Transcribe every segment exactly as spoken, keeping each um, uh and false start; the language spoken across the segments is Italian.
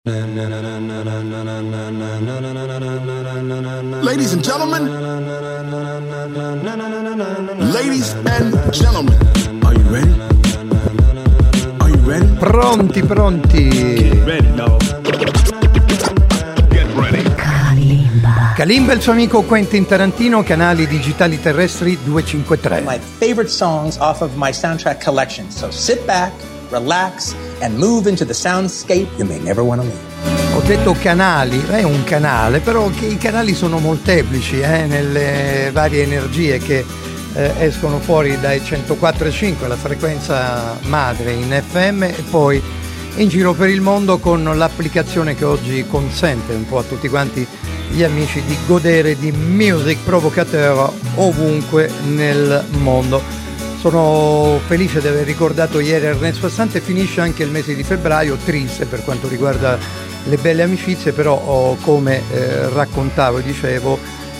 Ladies and gentlemen, ladies and gentlemen, are you ready? Are you ready? Pronti, pronti. Get ready, no. Get ready. Kalimba. Kalimba e il suo amico Quentin Tarantino, canali digitali terrestri duecentocinquantatré. My favorite songs off of my soundtrack collection. So sit back, relax, and move into the soundscape you may never want to leave. Ho detto canali, è un canale, però che i canali sono molteplici eh, nelle varie energie che eh, escono fuori dai centoquattro virgola cinque, la frequenza madre in F M, e poi in giro per il mondo con l'applicazione che oggi consente un po' a tutti quanti gli amici di godere di music provocateur ovunque nel mondo. Sono felice di aver ricordato ieri Ernesto Assante. Finisce anche il mese di febbraio, triste per quanto riguarda le belle amicizie, però oh, come eh, raccontavo e dicevo,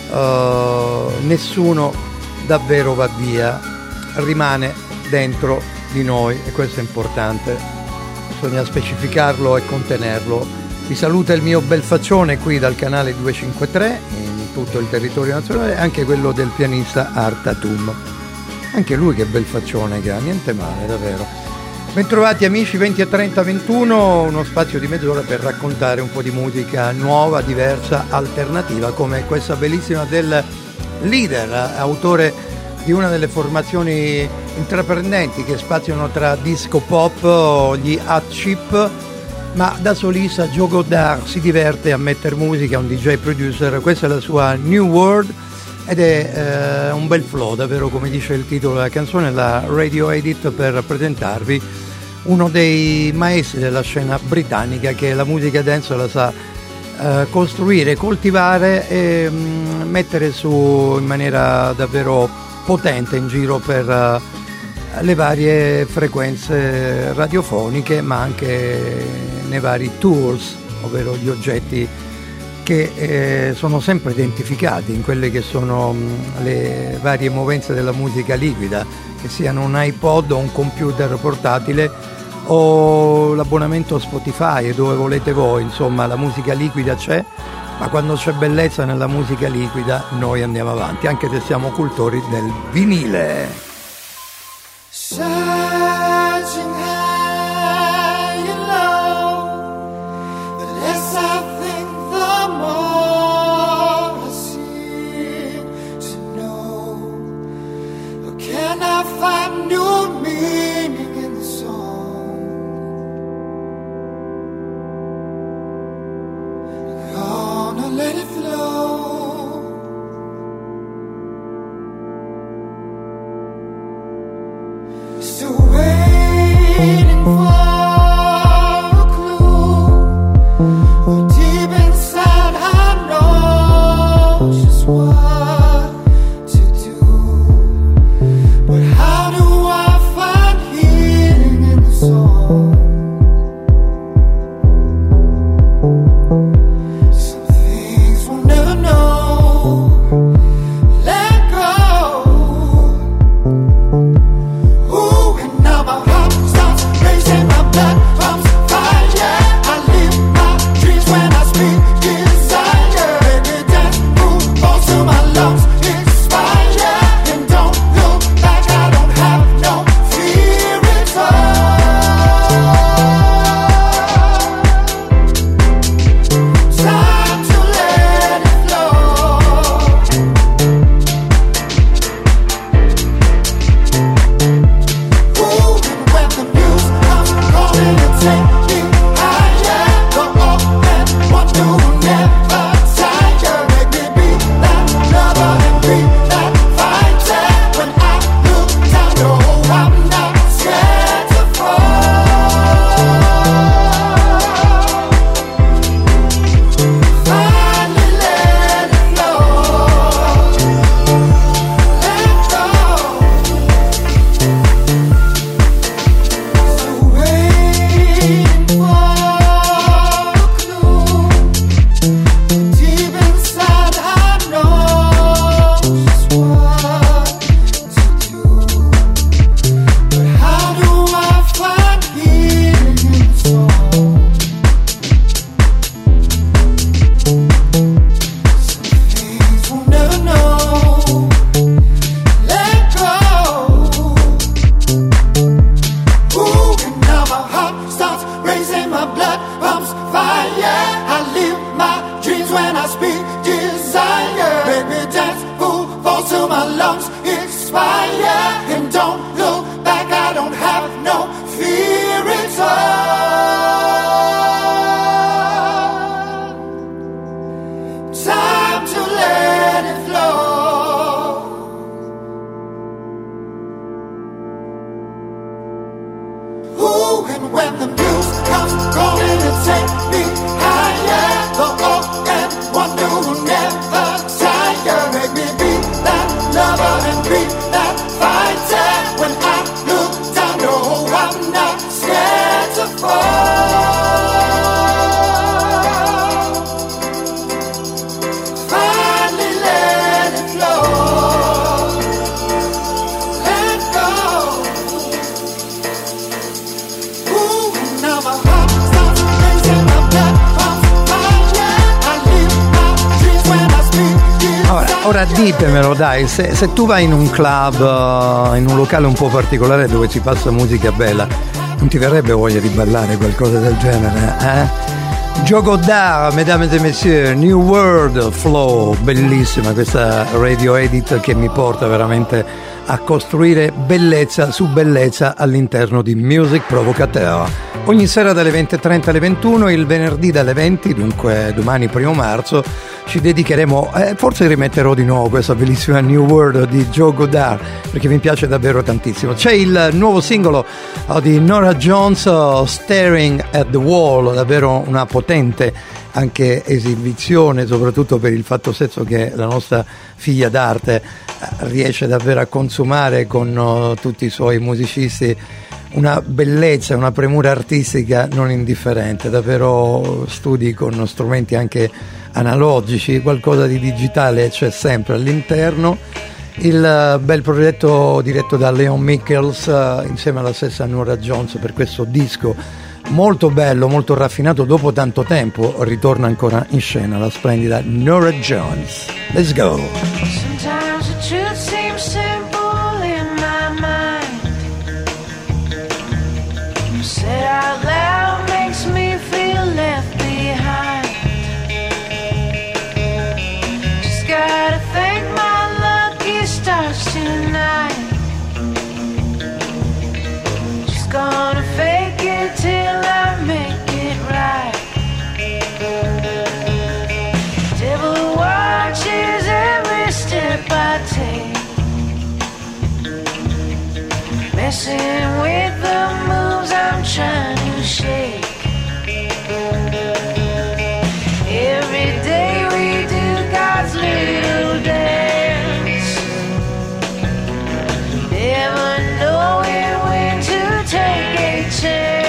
uh, nessuno davvero va via, rimane dentro di noi e questo è importante, bisogna specificarlo e contenerlo. Vi saluta il mio bel faccione qui dal canale duecentocinquantatré in tutto il territorio nazionale, anche quello del pianista Art Tatum, anche lui che bel faccione che ha, niente male davvero. Bentrovati amici, venti e trenta ventuno, uno spazio di mezz'ora per raccontare un po' di musica nuova, diversa, alternativa, come questa bellissima del leader, autore di una delle formazioni intraprendenti che spaziano tra disco pop o gli hot chip, ma da solista Joe Goddard si diverte a mettere musica, un D J producer. Questa è la sua New World ed è eh, un bel flow, davvero, come dice il titolo della canzone, la radio edit per presentarvi uno dei maestri della scena britannica che la musica dance la sa eh, costruire, coltivare e mh, mettere su in maniera davvero potente in giro per uh, le varie frequenze radiofoniche, ma anche nei vari tools, ovvero gli oggetti che eh, sono sempre identificati in quelle che sono mh, le varie movenze della musica liquida, che siano un iPod o un computer portatile o l'abbonamento Spotify, dove volete voi, insomma la musica liquida c'è, ma quando c'è bellezza nella musica liquida noi andiamo avanti, anche se siamo cultori del vinile. So Ora ditemelo dai, se, se tu vai in un club, uh, in un locale un po' particolare dove si passa musica bella, non ti verrebbe voglia di ballare qualcosa del genere, eh? Joe Goddard, mesdames et messieurs, New World Flow, bellissima questa radio edit che mi porta veramente a costruire bellezza su bellezza all'interno di Music Provocateur. Ogni sera dalle venti e trenta alle ventuno, il venerdì dalle venti, dunque domani primo marzo, ci dedicheremo, eh, forse rimetterò di nuovo questa bellissima New World di Joe Goddard, perché mi piace davvero tantissimo. C'è il nuovo singolo uh, di Norah Jones, uh, Staring at the Wall, davvero una potente anche esibizione, soprattutto per il fatto stesso che la nostra figlia d'arte uh, riesce davvero a consumare con uh, tutti i suoi musicisti una bellezza, una premura artistica non indifferente, davvero studi con strumenti anche analogici, qualcosa di digitale c'è sempre all'interno. Il bel progetto diretto da Leon Michels uh, insieme alla stessa Norah Jones per questo disco molto bello, molto raffinato. Dopo tanto tempo ritorna ancora in scena la splendida Norah Jones. Let's go. Sometimes the truth seems simple in my mind. Said out loud makes me feel left behind. Just gotta thank my lucky stars tonight. Just gonna fake it till I make it right. Devil watches every step I take, messing with the moves I'm trying to shake. Every day we do God's little dance, never knowing when to take a chance.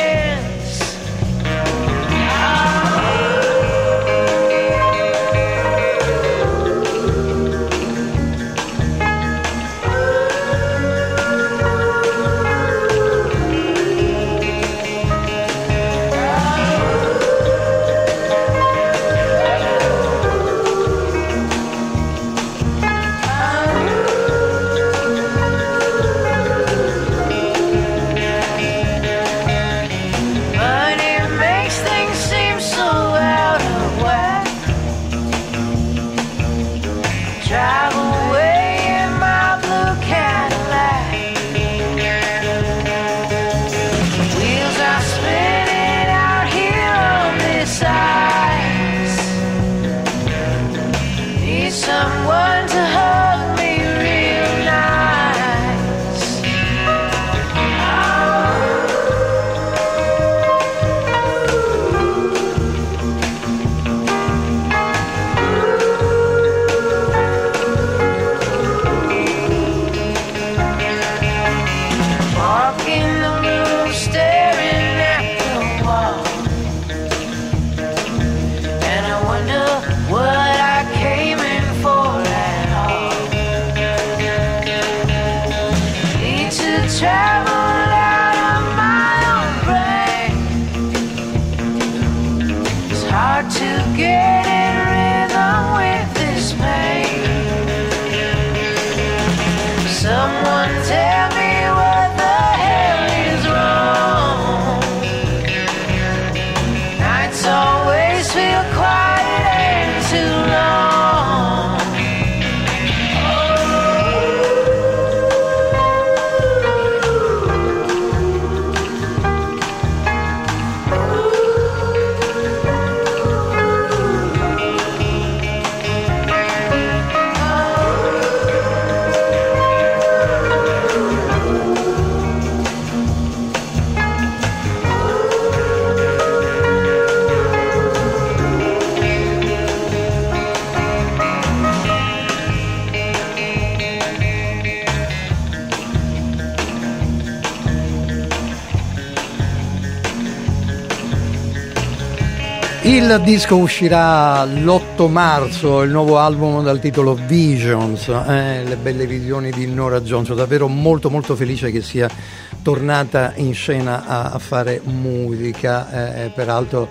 Il disco uscirà l'otto marzo, il nuovo album dal titolo Visions, eh, le belle visioni di Norah Jones. Sono davvero molto molto felice che sia tornata in scena a, a fare musica, eh, peraltro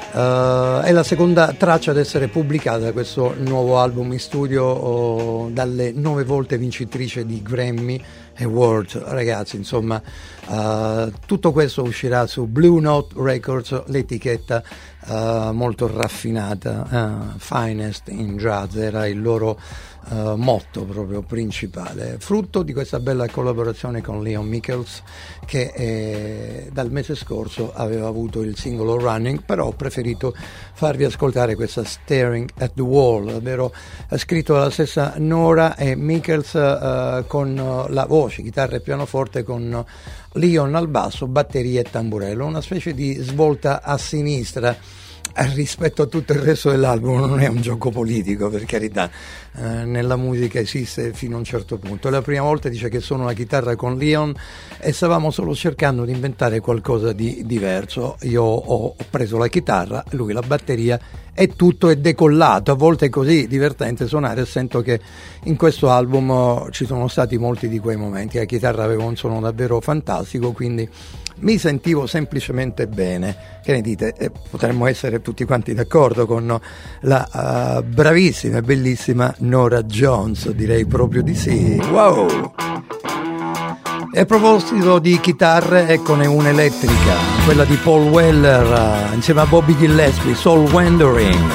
Uh, è la seconda traccia ad essere pubblicata, questo nuovo album in studio oh, dalle nove volte vincitrice di Grammy Award. Ragazzi, insomma, uh, tutto questo uscirà su Blue Note Records, l'etichetta uh, molto raffinata, uh, Finest in Jazz era il loro Uh, motto proprio principale, frutto di questa bella collaborazione con Leon Michels, che eh, dal mese scorso aveva avuto il singolo Running, però ho preferito farvi ascoltare questa Staring at the Wall, ovvero scritto dalla stessa Nora e Michels uh, con uh, la voce, chitarra e pianoforte, con uh, Leon al basso, batteria e tamburello, una specie di svolta a sinistra rispetto a tutto il resto dell'album. Non è un gioco politico, per carità, eh, nella musica esiste fino a un certo punto. La prima volta dice che sono una chitarra con Leon e stavamo solo cercando di inventare qualcosa di diverso. Io ho, ho preso la chitarra, lui la batteria e tutto è decollato. A volte è così divertente suonare, sento che in questo album oh, ci sono stati molti di quei momenti. La chitarra aveva un suono davvero fantastico, quindi mi sentivo semplicemente bene. Che ne dite? Eh, potremmo essere tutti quanti d'accordo con la uh, bravissima e bellissima Nora Jones, direi proprio di sì. Wow! E a proposito di chitarre, eccone un'elettrica, quella di Paul Weller uh, insieme a Bobby Gillespie, Soul Wandering.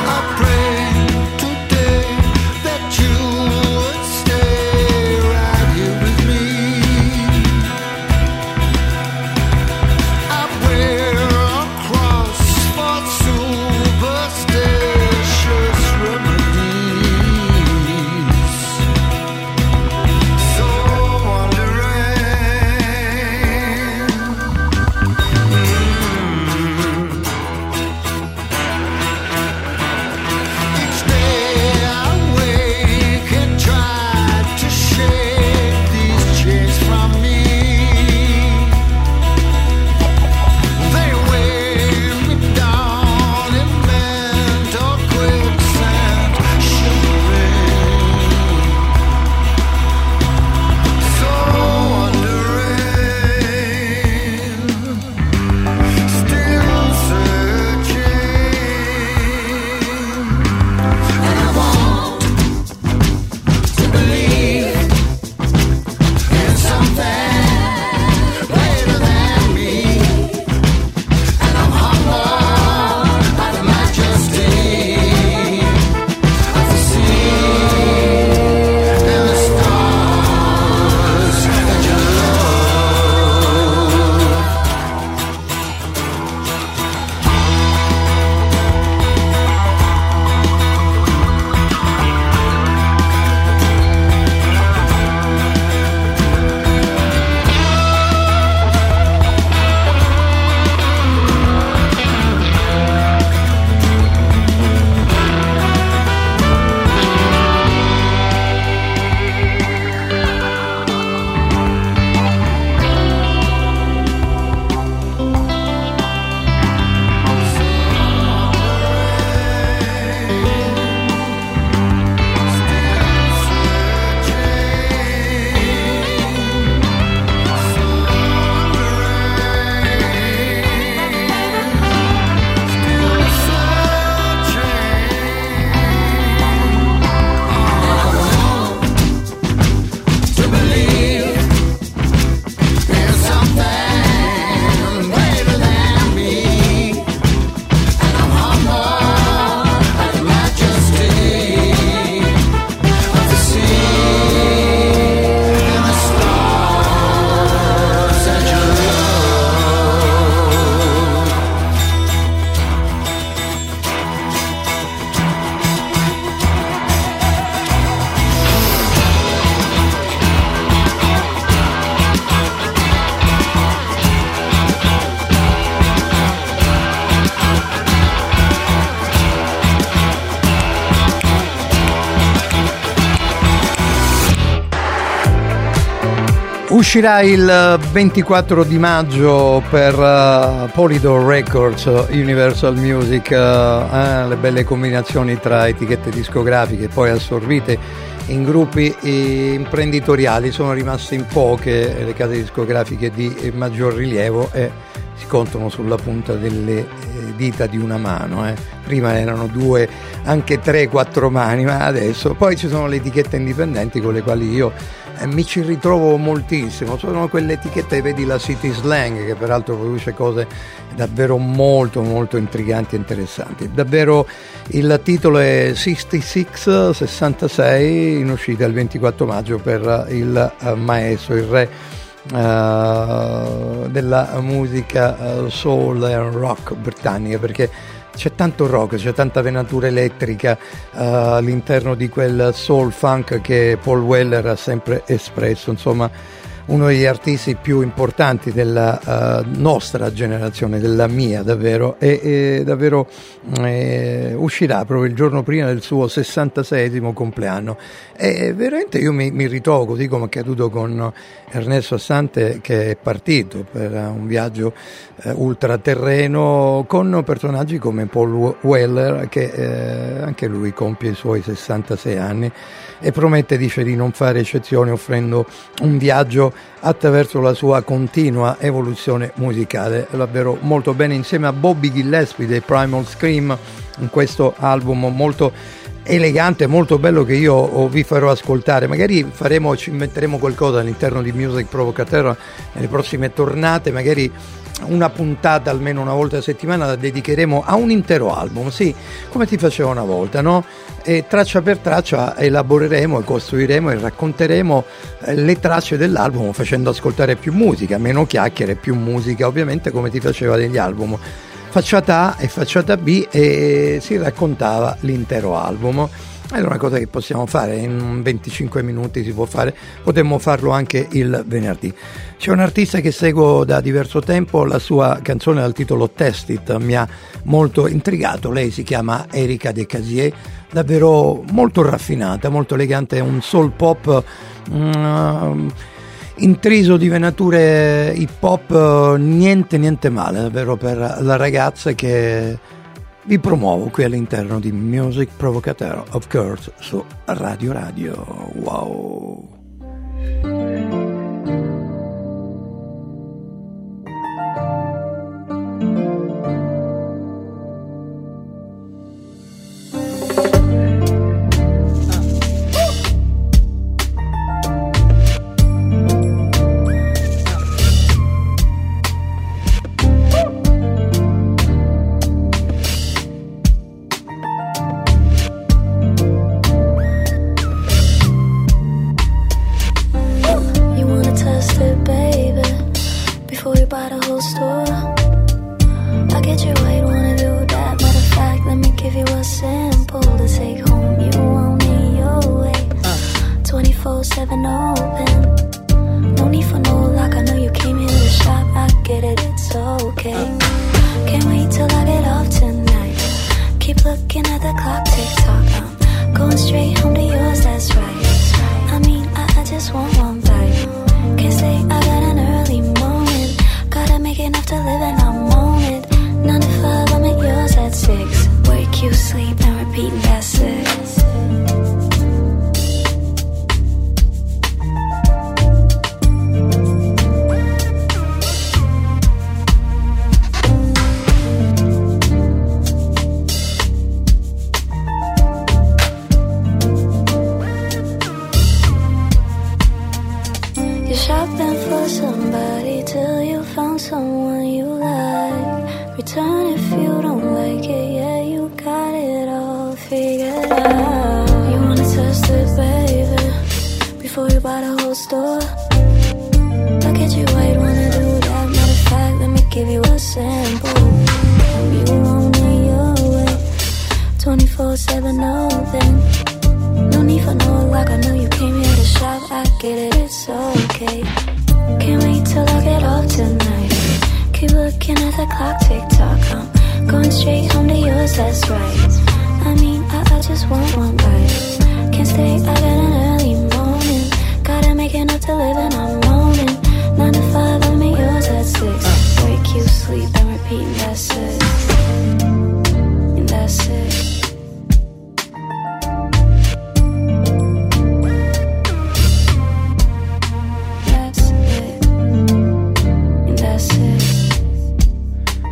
Uscirà il ventiquattro di maggio per uh, Polydor Records, Universal Music, uh, eh, le belle combinazioni tra etichette discografiche poi assorbite in gruppi imprenditoriali. Sono rimaste in poche le case discografiche di maggior rilievo e si contano sulla punta delle dita di una mano, eh. Prima erano due, anche tre, quattro mani, ma adesso poi ci sono le etichette indipendenti con le quali io eh, mi ci ritrovo moltissimo. Sono quelle etichette, vedi la City Slang, che peraltro produce cose davvero molto molto intriganti e interessanti. Davvero il titolo è sessantasei, sessantasei, in uscita il ventiquattro maggio per il uh, maestro, il re uh, della musica uh, soul e rock britannica, perché c'è tanto rock, c'è tanta venatura elettrica uh, all'interno di quel soul funk che Paul Weller ha sempre espresso. Insomma, uno degli artisti più importanti della uh, nostra generazione, della mia davvero, e, e davvero eh, uscirà proprio il giorno prima del suo sessantaseiesimo compleanno. E veramente io mi, mi ritrovo, così come è accaduto con Ernesto Assante, che è partito per un viaggio eh, ultraterreno, con personaggi come Paul Weller, che eh, anche lui compie i suoi sessantasei anni e promette, dice, di non fare eccezioni, offrendo un viaggio attraverso la sua continua evoluzione musicale. Davvero molto bene, insieme a Bobby Gillespie dei Primal Scream, in questo album molto elegante, molto bello, che io vi farò ascoltare. Magari faremo, ci inventeremo qualcosa all'interno di Music Provocateur nelle prossime tornate, magari una puntata almeno una volta a settimana la dedicheremo a un intero album, sì, come si faceva una volta, no? E traccia per traccia elaboreremo e costruiremo e racconteremo le tracce dell'album, facendo ascoltare più musica, meno chiacchiere, più musica, ovviamente, come si faceva degli album, facciata A e facciata B, e si raccontava l'intero album. È una cosa che possiamo fare in venticinque minuti, si può fare, potremmo farlo anche il venerdì. C'è un artista che seguo da diverso tempo, la sua canzone dal titolo Test It mi ha molto intrigato. Lei si chiama Erika De Casier, davvero molto raffinata, molto elegante, un soul pop mm, intriso di venature hip hop, niente niente male, davvero, per la ragazza che vi promuovo qui all'interno di Music Provocateur, of course, su Radio Radio. Wow!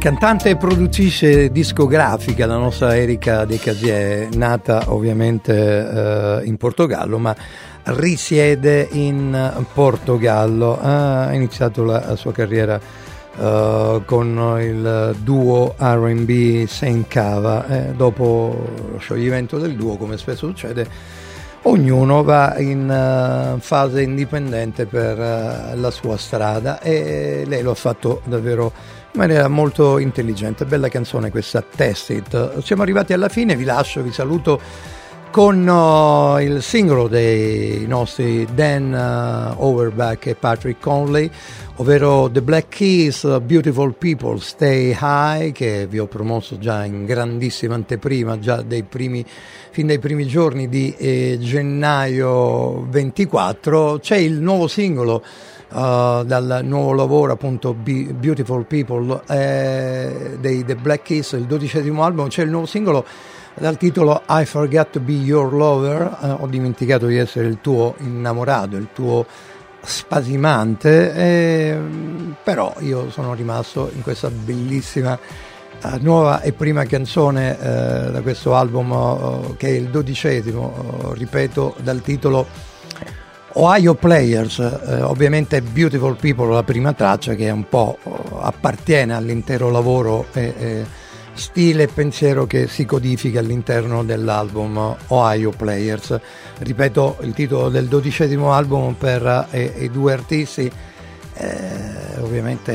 cantante e produttrice discografica, la nostra Erika De Casier, nata ovviamente eh, in Portogallo, ma risiede in Portogallo. Ha iniziato la, la sua carriera uh, con il duo R and B Saint Cava, e dopo lo scioglimento del duo, come spesso succede, ognuno va in uh, fase indipendente per uh, la sua strada, e lei lo ha fatto davvero in maniera molto intelligente. Bella canzone questa, Test It. Siamo arrivati alla fine, vi lascio, vi saluto con uh, il singolo dei nostri Dan uh, Auerbach e Patrick Conley, ovvero The Black Keys, Beautiful People, Stay High, che vi ho promosso già in grandissima anteprima, già dei primi, fin dai primi giorni di eh, gennaio ventiquattro. C'è il nuovo singolo uh, dal nuovo lavoro, appunto, Be- Beautiful People eh, dei The Black Keys, il dodicesimo album. C'è il nuovo singolo dal titolo I Forgot to Be Your Lover, eh, ho dimenticato di essere il tuo innamorato, il tuo spasimante, eh, però io sono rimasto in questa bellissima eh, nuova e prima canzone eh, da questo album, eh, che è il dodicesimo, eh, ripeto, dal titolo Ohio Players. Eh, ovviamente Beautiful People, la prima traccia, che è un po' eh, appartiene all'intero lavoro e eh, stile e pensiero che si codifica all'interno dell'album Ohio Players. Ripeto, il titolo del dodicesimo album per eh, i due artisti eh, ovviamente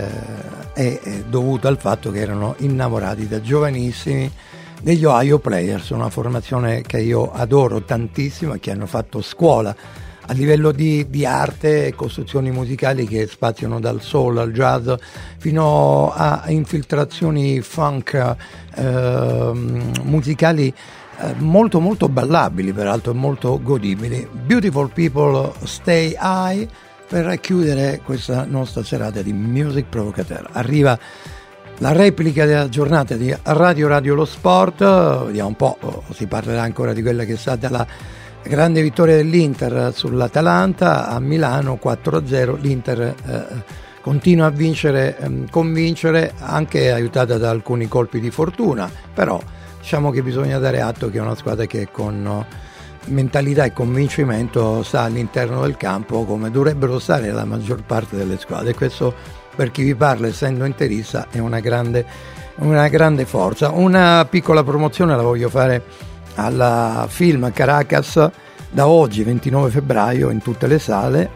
è, è dovuto al fatto che erano innamorati da giovanissimi degli Ohio Players, una formazione che io adoro tantissimo e che hanno fatto scuola a livello di, di arte e costruzioni musicali che spaziano dal soul al jazz fino a infiltrazioni funk eh, musicali eh, molto molto ballabili, peraltro molto godibili. Beautiful People, Stay High, per chiudere questa nostra serata di Music Provocateur. Arriva la replica della giornata di Radio Radio Lo Sport, vediamo un po', si parlerà ancora di quella che è stata la grande vittoria dell'Inter sull'Atalanta a Milano, quattro a zero. L'Inter eh, continua a vincere, ehm, convincere, anche aiutata da alcuni colpi di fortuna, però diciamo che bisogna dare atto che è una squadra che con mentalità e convincimento sta all'interno del campo, come dovrebbero stare la maggior parte delle squadre, e questo, per chi vi parla essendo interista, è una grande, una grande forza. Una piccola promozione la voglio fare al film Caracas, da oggi ventinove febbraio in tutte le sale.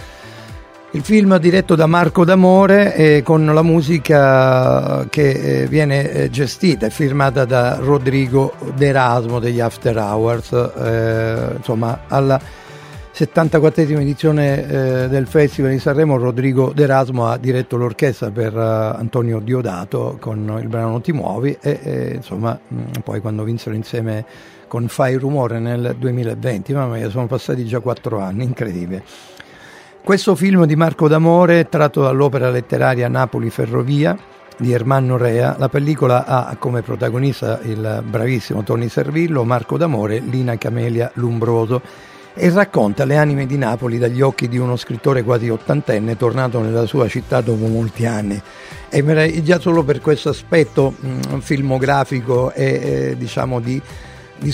Il film diretto da Marco D'Amore e con la musica che eh, viene eh, gestita e firmata da Rodrigo D'Erasmo degli After Hours. Eh, insomma, alla settantaquattresima edizione eh, del Festival di Sanremo, Rodrigo D'Erasmo ha diretto l'orchestra per uh, Antonio Diodato con il brano Ti muovi, e, e insomma mh, poi quando vinsero insieme con Fai Rumore nel duemilaventi, mamma mia, sono passati già quattro anni, incredibile. Questo film di Marco D'Amore, tratto dall'opera letteraria Napoli Ferrovia di Ermanno Rea, la pellicola ha come protagonista il bravissimo Tony Servillo, Marco D'Amore, Lina Camelia Lumbroso, e racconta le anime di Napoli dagli occhi di uno scrittore quasi ottantenne tornato nella sua città dopo molti anni. E già solo per questo aspetto mh, filmografico e eh, diciamo di, di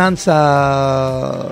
sostanza,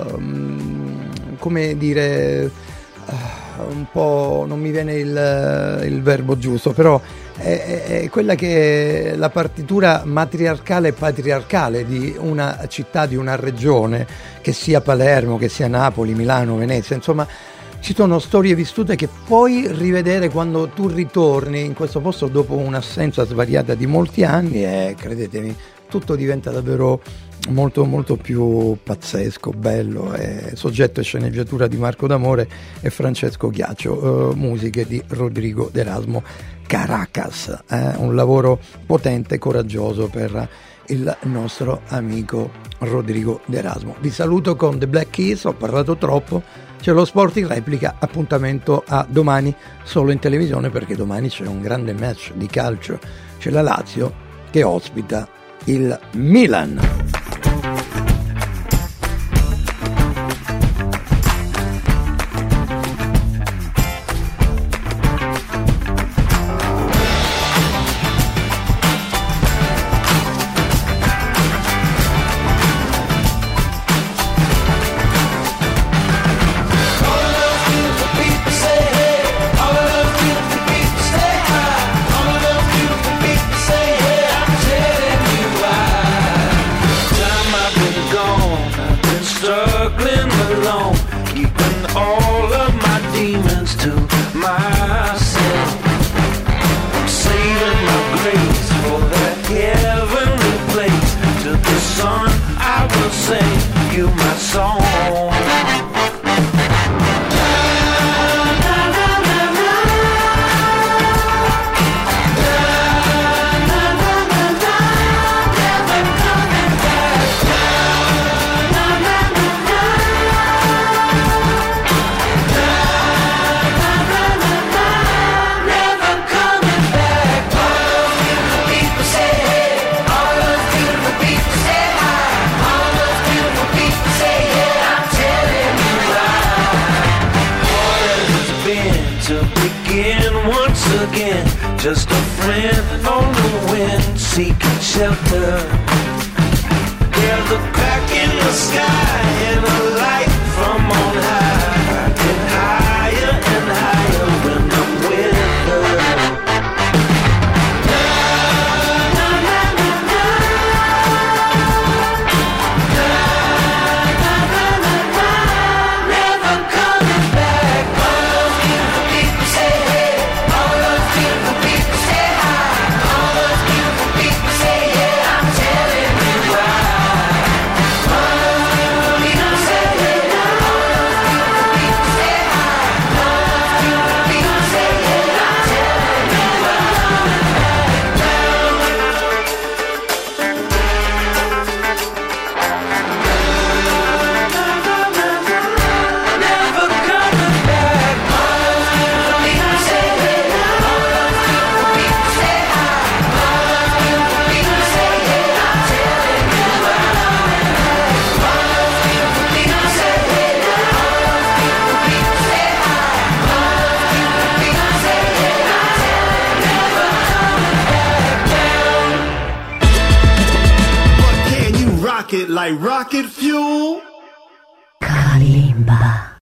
mh, come dire, uh, un po', non mi viene il, il verbo giusto, però è, è quella che è la partitura matriarcale e patriarcale di una città, di una regione, che sia Palermo, che sia Napoli, Milano, Venezia, insomma ci sono storie vissute che puoi rivedere quando tu ritorni in questo posto dopo un'assenza svariata di molti anni, e credetemi, tutto diventa davvero molto molto più pazzesco, bello. E soggetto e sceneggiatura di Marco D'Amore e Francesco Ghiaccio, eh, musiche di Rodrigo D'Erasmo. Caracas, eh, un lavoro potente e coraggioso per il nostro amico Rodrigo D'Erasmo. Vi saluto con The Black Keys, ho parlato troppo, c'è lo sport in replica, appuntamento a domani solo in televisione, perché domani c'è un grande match di calcio, c'è la Lazio che ospita il Milan. struggling alone, keeping all of my demons to myself. I'm saving my grace for that heavenly place. To the sun I will sing you my song. Again, just a friend on the wind, seeking shelter. There's a crack in the sky and a light from on high, getting higher and higher when I'm with her. Never coming back. All those beautiful people say hey. All those beautiful people say hi. All those beautiful people say yeah. I'm telling you why. All those beautiful people say hey. All those beautiful people say hi. All those beautiful people say yeah. I'm telling you why. Never coming back. All those beautiful people say hey. All those beautiful people say hi. All those beautiful people say yeah. I'm telling you why. All those beautiful people say hey. All those beautiful people say hi. All those beautiful people say yeah. I'm telling you why. But can you rock it like rocket fuel? Kalimba.